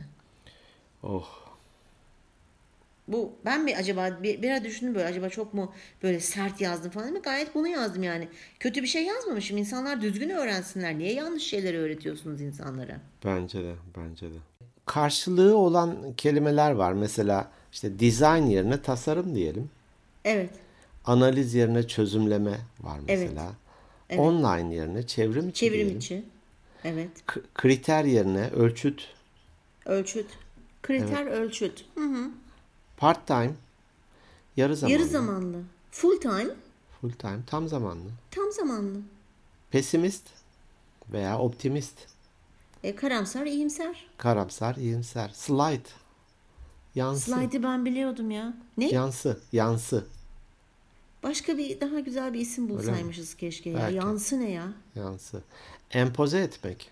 Bu ben mi acaba biraz düşündüm böyle, acaba çok mu böyle sert yazdım falan mı? Gayet bunu yazdım yani. Kötü bir şey yazmamışım. İnsanlar düzgün öğrensinler. Niye yanlış şeyleri öğretiyorsunuz insanlara? Bence de. Karşılığı olan kelimeler var. Mesela işte design yerine tasarım diyelim. Evet. Analiz yerine çözümleme var mesela. Evet. Online yerine çevrim içi diyelim. içi. Evet. Kriter yerine ölçüt. Kriter, ölçüt. Hı. Part time, yarı zamanlı. Full time. Tam zamanlı. Tam zamanlı. Pesimist veya optimist. Karamsar, iyimser. Slide, yansı. Slide'ı ben biliyordum ya. Ne? Yansı. Başka bir daha güzel bir isim bulsaymışız keşke ya. Belki. Yansı ne ya? Yansı. Empoze etmek.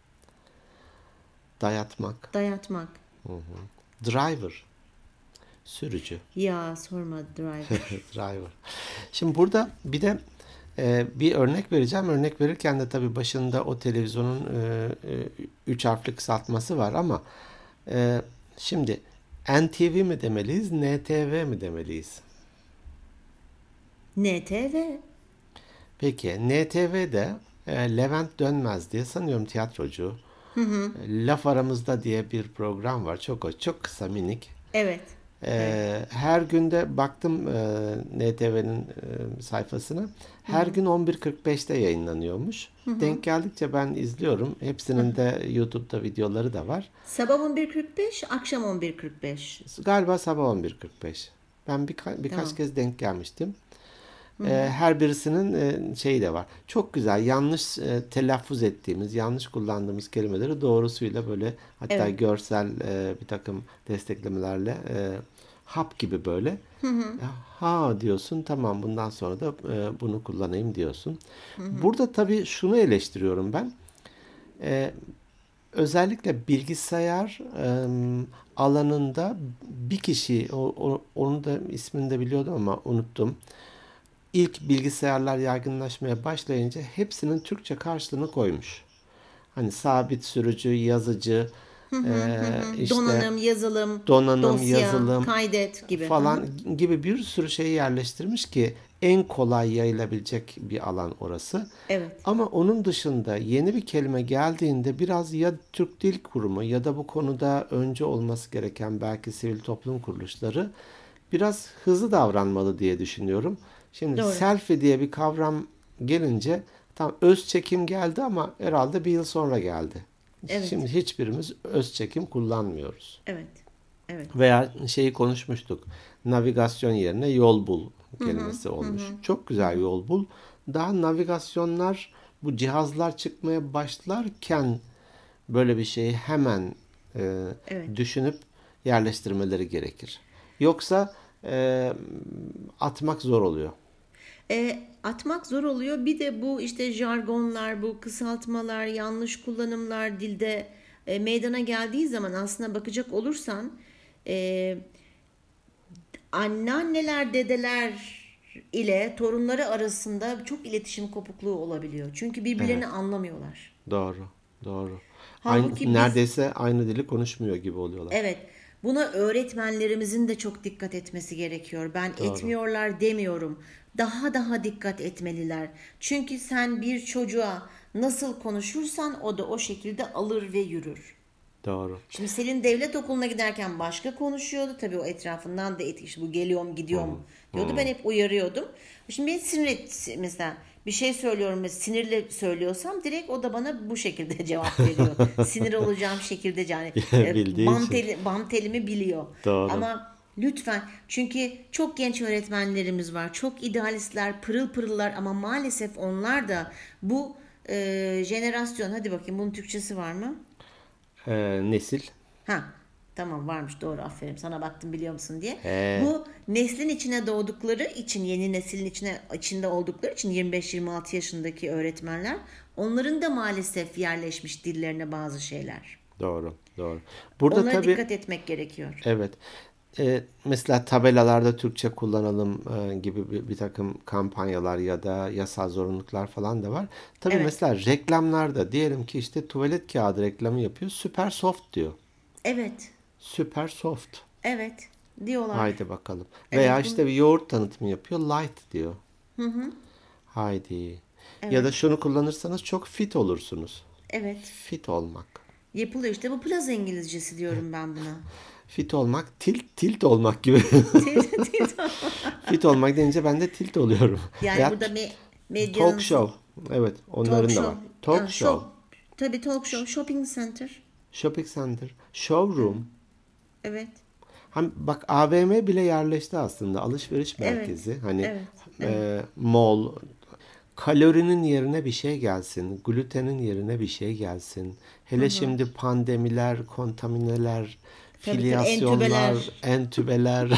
Dayatmak. Driver. Sürücü. Ya sorma, Driver. Şimdi burada bir de bir örnek vereceğim. Örnek verirken de tabii başında o televizyonun 3 harfli kısaltması var ama şimdi NTV mi demeliyiz, NTV mi demeliyiz? NTV. Peki NTV'de Levent Dönmez diye, sanıyorum tiyatrocu. Laf Aramızda diye bir program var. Çok kısa, minik. Evet. Her günde baktım NTV'nin sayfasına. Her gün 11.45'te yayınlanıyormuş. Denk geldikçe ben izliyorum. Hepsinin de YouTube'da videoları da var. Sabah 11.45, akşam 11.45. Galiba sabah 11.45. Ben birkaç kez denk gelmiştim. Her birisinin şeyi de var. Çok güzel, yanlış telaffuz ettiğimiz, yanlış kullandığımız kelimeleri doğrusuyla böyle, hatta görsel bir takım desteklemelerle hap gibi böyle. Ha diyorsun, tamam, bundan sonra da bunu kullanayım diyorsun. Burada tabii şunu eleştiriyorum ben. Özellikle bilgisayar alanında bir kişi, onun da ismini de biliyordum ama unuttum. İlk bilgisayarlar yaygınlaşmaya başlayınca hepsinin Türkçe karşılığını koymuş. Hani sabit sürücü, yazıcı, işte donanım, dosya, yazılım, kaydet gibi falan gibi bir sürü şeyi yerleştirmiş ki en kolay yayılabilecek bir alan orası. Evet. Ama onun dışında yeni bir kelime geldiğinde biraz ya Türk Dil Kurumu ya da bu konuda önce olması gereken belki sivil toplum kuruluşları biraz hızlı davranmalı diye düşünüyorum. Şimdi selfie diye bir kavram gelince tam öz çekim geldi ama herhalde bir yıl sonra geldi. Evet. Şimdi hiçbirimiz öz çekim kullanmıyoruz. Evet. Veya şeyi konuşmuştuk. Navigasyon yerine yol bul kelimesi olmuş. Çok güzel, yol bul. Daha navigasyonlar, bu cihazlar çıkmaya başlarken böyle bir şeyi hemen düşünüp yerleştirmeleri gerekir. Yoksa atmak zor oluyor. Atmak zor oluyor. Bir de bu işte jargonlar, bu kısaltmalar, yanlış kullanımlar dilde meydana geldiği zaman aslına bakacak olursan anneanneler, dedeler ile torunları arasında çok iletişim kopukluğu olabiliyor. Çünkü birbirlerini anlamıyorlar. Doğru. Doğru. Halbuki biz Neredeyse aynı dili konuşmuyor gibi oluyorlar. evet, buna öğretmenlerimizin de çok dikkat etmesi gerekiyor. Ben Doğru. etmiyorlar demiyorum. Daha dikkat etmeliler. Çünkü sen bir çocuğa nasıl konuşursan o da o şekilde alır ve yürür. Doğru. Şimdi Selin devlet okuluna giderken başka konuşuyordu. Tabii o etrafından da işte bu geliyorum gidiyorum diyordu. Ben hep uyarıyordum. Şimdi beni mesela bir şey söylüyorum ve sinirle söylüyorsam direkt o da bana bu şekilde cevap veriyor. Sinir olacağım şekilde yani Bildiği için. bam telimi biliyor. Doğru. Ama lütfen, çünkü çok genç öğretmenlerimiz var. Çok idealistler, pırıl pırıllar ama maalesef onlar da bu jenerasyon, hadi bakayım bunun Türkçesi var mı? Nesil. Ha, tamam varmış, doğru, aferin sana, baktım biliyor musun diye. He. Bu neslin içine doğdukları için, yeni neslin içinde oldukları için 25-26 yaşındaki öğretmenler, onların da maalesef yerleşmiş dillerine bazı şeyler. Doğru. Doğru. Burada Onlara tabii dikkat etmek gerekiyor. evet. Mesela tabelalarda Türkçe kullanalım gibi bir takım kampanyalar ya da yasal zorunluluklar falan da var. Tabii Evet. mesela reklamlarda diyelim ki işte tuvalet kağıdı reklamı yapıyor. Süper soft diyor. Evet. Süper soft. Evet. Diyorlar. Haydi bakalım. Evet, Veya işte bir yoğurt tanıtımı yapıyor. Light diyor. Haydi. Ya da şunu kullanırsanız çok fit olursunuz. Evet. Fit olmak. Yapılıyor işte, bu plaza İngilizcesi diyorum ben buna. Fit olmak, tilt olmak gibi. Fit olmak deyince ben de tilt oluyorum. Yani Veya burada medyanın talk show. Evet, talk onların da show. var. Talk Ha, show. Tabii talk show, shopping center. Shopping center. Showroom. Evet. Hani bak AVM bile yerleşti aslında. Alışveriş Evet. merkezi. Hani Evet. mall. Kalorinin yerine bir şey gelsin. Glutenin yerine bir şey gelsin. Hele şimdi pandemiler, kontamineler, Tabii, filyasyonlar, entübeler.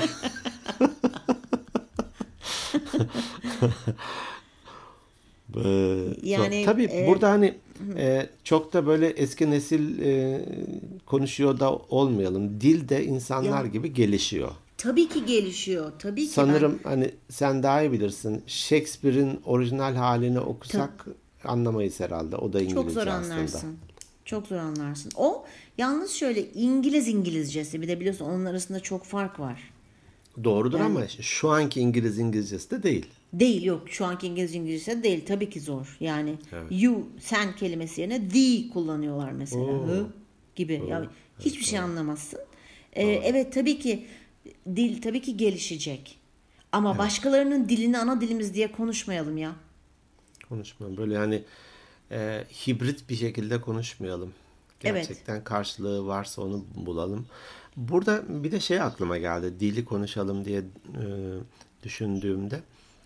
Yani Tabii burada hani çok da böyle eski nesil konuşuyor da olmayalım. Dil de insanlar ya gibi gelişiyor. tabii ki gelişiyor. Tabii ki Sanırım hani sen daha iyi bilirsin. Shakespeare'in orijinal halini okusak anlamayız herhalde. O da çok zor İngilizce aslında. anlarsın. Çok zor anlarsın. O yalnız şöyle İngilizcesi, bir de biliyorsun onun arasında çok fark var. Doğrudur Yani ama şu anki İngilizcesi de değil. değil, yok, şu anki İngilizcesi değil, tabii ki zor. Yani you, sen kelimesi yerine the kullanıyorlar mesela. Hı gibi. Yani hiçbir şey anlamazsın. Evet, tabii ki dil tabii ki gelişecek. Ama başkalarının dilini ana dilimiz diye konuşmayalım ya. Konuşma böyle yani hibrit bir şekilde konuşmayalım. Evet. Gerçekten karşılığı varsa onu bulalım. Burada bir de şey aklıma geldi. Dili konuşalım diye düşündüğümde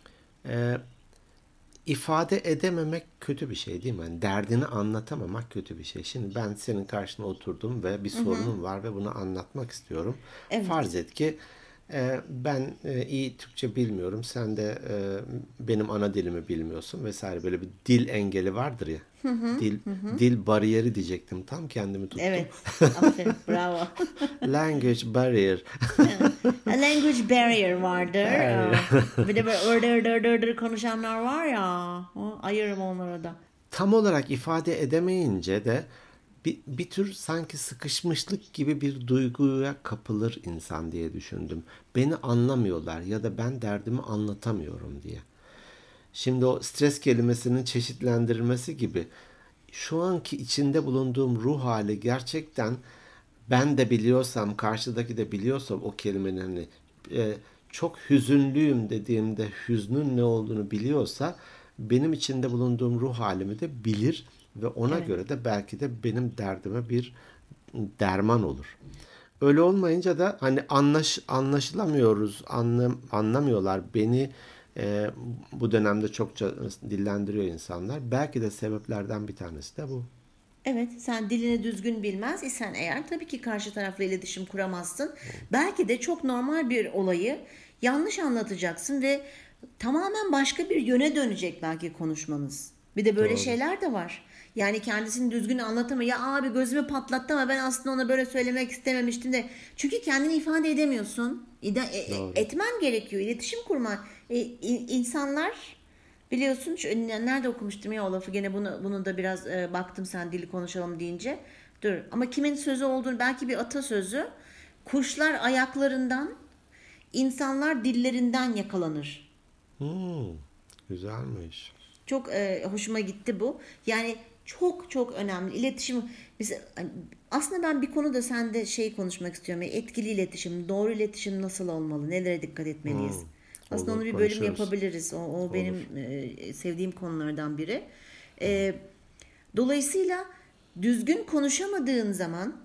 ifade edememek kötü bir şey değil mi? Yani derdini anlatamamak kötü bir şey. Şimdi ben senin karşına oturdum ve bir sorunum var ve bunu anlatmak istiyorum. Evet. Farz et ki ben iyi Türkçe bilmiyorum. Sen de benim ana dilimi bilmiyorsun vesaire. Böyle bir dil engeli vardır ya. Dil bariyeri diyecektim. Tam kendimi tuttum. Evet. Aferin. Bravo. Language barrier. A language barrier vardır. Bir de böyle ır konuşanlar var ya. Ayırırım onlara da. Tam olarak ifade edemeyince de bir tür sanki sıkışmışlık gibi bir duyguya kapılır insan diye düşündüm. Beni anlamıyorlar ya da ben derdimi anlatamıyorum diye. Şimdi o stres kelimesinin çeşitlendirilmesi gibi şu anki içinde bulunduğum ruh hali gerçekten ben de biliyorsam, karşıdaki de biliyorsam o kelimenin hani çok hüzünlüyüm dediğimde hüznün ne olduğunu biliyorsa benim içinde bulunduğum ruh halimi de bilir ve ona göre de belki de benim derdime bir derman olur. Öyle olmayınca da hani anlaşılamıyoruz, anlamıyorlar beni. Bu dönemde çokça dillendiriyor insanlar. Belki de sebeplerden bir tanesi de bu. Evet, sen dilini düzgün bilmez isen eğer tabii ki karşı tarafla iletişim kuramazsın. Belki de çok normal bir olayı yanlış anlatacaksın ve tamamen başka bir yöne dönecek belki konuşmanız. Bir de böyle şeyler de var. Yani kendisini düzgün anlatamıyor. Ya abi gözümü patlattı ama ben aslında ona böyle söylemek istememiştim de. Çünkü kendini ifade edemiyorsun. Doğru. Etmen gerekiyor. İletişim kurman. İnsanlar biliyorsun nerede okumuştum ya o lafı, gene bunu da biraz baktım sen dili konuşalım deyince. Dur, ama kimin sözü olduğunu, belki bir atasözü. Kuşlar ayaklarından, insanlar dillerinden yakalanır. Güzelmiş. Çok hoşuma gitti bu. Yani çok çok önemli iletişim. Mesela, aslında ben bir konuda sende konuşmak istiyorum. Etkili iletişim, doğru iletişim nasıl olmalı? Nelere dikkat etmeliyiz? Aslında Olur, onu bir bölüm konuşuruz. yapabiliriz. O Olur. benim sevdiğim konulardan biri. Dolayısıyla düzgün konuşamadığın zaman,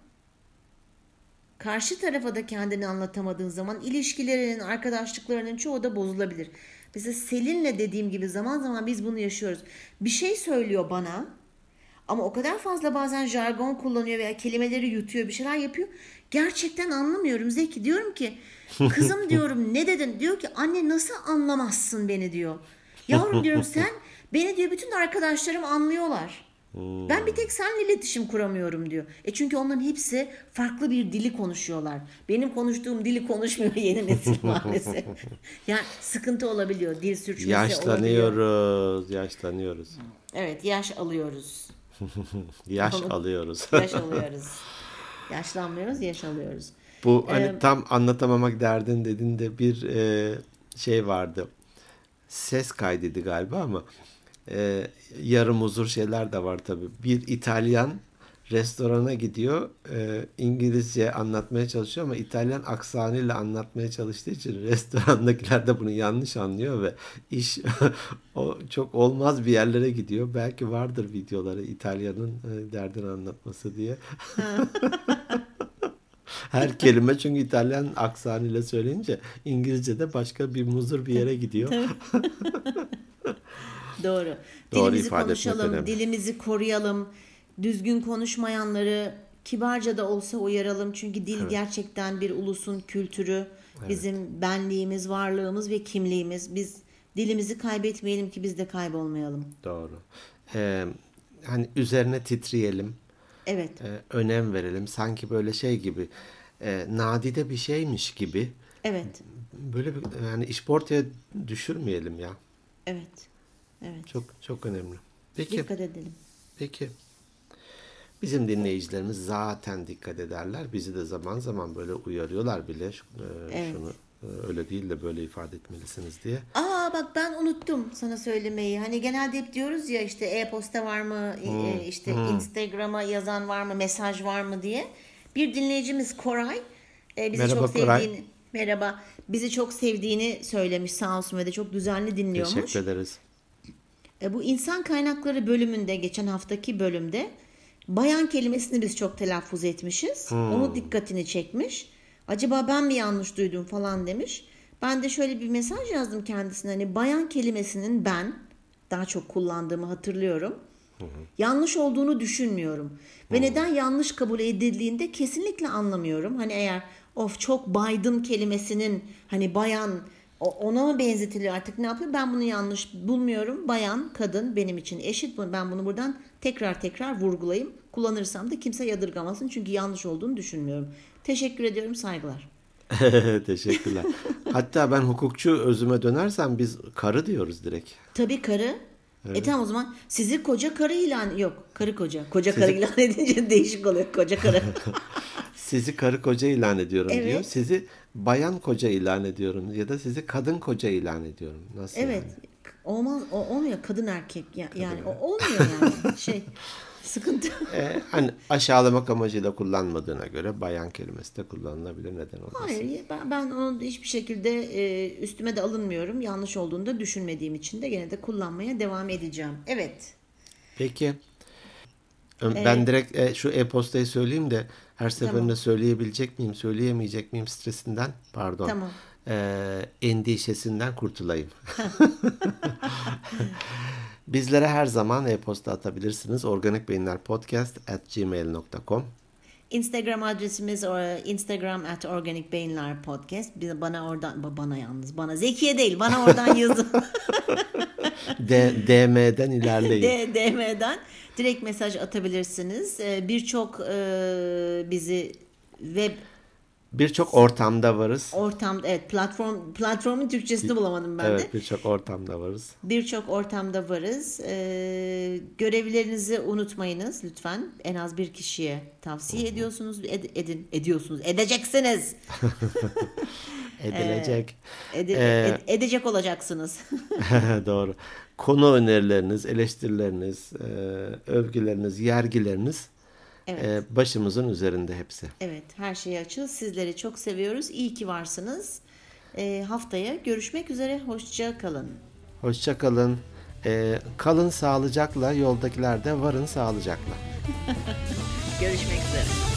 karşı tarafa da kendini anlatamadığın zaman ilişkilerinin, arkadaşlıklarının çoğu da bozulabilir. Mesela Selin'le dediğim gibi zaman zaman biz bunu yaşıyoruz. Bir şey söylüyor bana ama o kadar fazla bazen jargon kullanıyor veya kelimeleri yutuyor, bir şeyler yapıyor. Gerçekten anlamıyorum Zeki. Diyorum ki kızım diyorum ne dedin? Diyor ki anne nasıl anlamazsın beni diyor. Yavrum diyorum sen beni diyor bütün arkadaşlarım anlıyorlar. Ben bir tek seninle iletişim kuramıyorum diyor. Çünkü onların hepsi farklı bir dili konuşuyorlar. Benim konuştuğum dili konuşmuyor yeni nesil maalesef. Yani sıkıntı olabiliyor. Dil sürçmesi olabiliyor. Yaşlanıyoruz. Evet, yaş alıyoruz. Yaş alıyoruz. Yaş alıyoruz. Yaşlanmıyoruz, yaş alıyoruz. Bu hani tam anlatamamak derdin dediğinde bir şey vardı. Ses kaydıydı galiba ama yarım huzur şeyler de var tabii. Bir İtalyan restorana gidiyor. İngilizce anlatmaya çalışıyor ama İtalyan aksanıyla anlatmaya çalıştığı için restorandakiler de bunu yanlış anlıyor ve iş o çok olmaz bir yerlere gidiyor. Belki vardır videoları İtalyanın derdini anlatması diye. Her kelime çünkü İtalyan aksanıyla söyleyince İngilizce'de başka bir muzur bir yere gidiyor. Doğru. Doğru Dilimizi ifade etmek konuşalım, önemli. dilimizi koruyalım. Düzgün konuşmayanları kibarca da olsa uyaralım. Çünkü dil gerçekten bir ulusun kültürü, bizim benliğimiz, varlığımız ve kimliğimiz. Biz dilimizi kaybetmeyelim ki biz de kaybolmayalım. Doğru. Hani üzerine titreyelim. Evet. Önem verelim. Sanki böyle şey gibi nadide bir şeymiş gibi. Evet. Böyle bir yani işportaya düşürmeyelim ya. Evet. Evet. Çok çok önemli. Peki. Dikkat edelim. Peki. Bizim dinleyicilerimiz zaten dikkat ederler. Bizi de zaman zaman böyle uyarıyorlar bile. Evet. Şunu öyle değil de böyle ifade etmelisiniz diye. Bak ben unuttum sana söylemeyi. Hani genelde hep diyoruz ya işte e-posta var mı, işte Instagram'a yazan var mı, mesaj var mı diye. Bir dinleyicimiz Koray bizi Merhaba çok Koray. sevdiğini, merhaba, bizi çok sevdiğini söylemiş sağ olsun ve de çok düzenli dinliyormuş. Teşekkür ederiz. Bu insan kaynakları bölümünde, geçen haftaki bölümde bayan kelimesini biz çok telaffuz etmişiz. Onu dikkatini çekmiş. Acaba ben mi yanlış duydum falan demiş. Ben de şöyle bir mesaj yazdım kendisine. Hani bayan kelimesinin ben daha çok kullandığımı hatırlıyorum. Yanlış olduğunu düşünmüyorum. Ve neden yanlış kabul edildiğinde kesinlikle anlamıyorum. Hani eğer of çok baydım kelimesinin hani bayan ona mı benzetiliyor artık ne yapıyor? Ben bunu yanlış bulmuyorum. Bayan, kadın benim için eşit. Ben bunu buradan tekrar vurgulayayım. Kullanırsam da kimse yadırgamasın. Çünkü yanlış olduğunu düşünmüyorum. Teşekkür ediyorum, saygılar. Teşekkürler. Hatta ben hukukçu özüme dönersem biz karı diyoruz direkt. Tabii karı. Tamam o zaman sizi koca karı ilan... Yok, karı koca. Koca karı ilan edince değişik oluyor. Koca karı. Sizi karı koca ilan ediyorum Evet. diyor. Sizi bayan koca ilan ediyorum ya da sizi kadın koca ilan ediyorum. Nasıl Evet. yani? Olmaz. O olmuyor. Kadın erkek. Yani o olmuyor yani. Sıkıntı. Hani aşağılamak amacıyla kullanmadığına göre bayan kelimesi de kullanılabilir. Neden olmasın? Hayır, ben onu hiçbir şekilde üstüme de alınmıyorum. Yanlış olduğunu da düşünmediğim için de gene de kullanmaya devam edeceğim. Evet. Peki. Ben direkt şu e-postayı söyleyeyim de her seferinde Tamam. söyleyebilecek miyim, söyleyemeyecek miyim stresinden, pardon, Tamam. endişesinden kurtulayım. Bizlere her zaman e-posta atabilirsiniz. organikbeyinlerpodcast@gmail.com. Instagram adresimiz Instagram @organikbeyinlerpodcast. Bana oradan, bana yalnız, bana Zekiye değil, bana oradan yazın. DM'den ilerleyin. DM'den direkt mesaj atabilirsiniz. Birçok bizi web Birçok ortamda varız. evet, platformun Türkçesini bulamadım ben de. Evet, birçok ortamda varız. Birçok ortamda varız. Görevlerinizi unutmayınız lütfen. En az bir kişiye tavsiye ediyorsunuz. Ediyorsunuz. Edeceksiniz. Edilecek. Edecek olacaksınız. Doğru. Konu önerileriniz, eleştirileriniz, övgüleriniz, yergileriniz Evet. başımızın üzerinde hepsi. Evet, her şeye açıl. Sizleri çok seviyoruz. İyi ki varsınız. Haftaya görüşmek üzere. Hoşça kalın. Hoşça kalın. Kalın sağlıcakla, yoldakiler de varın sağlıcakla. Görüşmek üzere.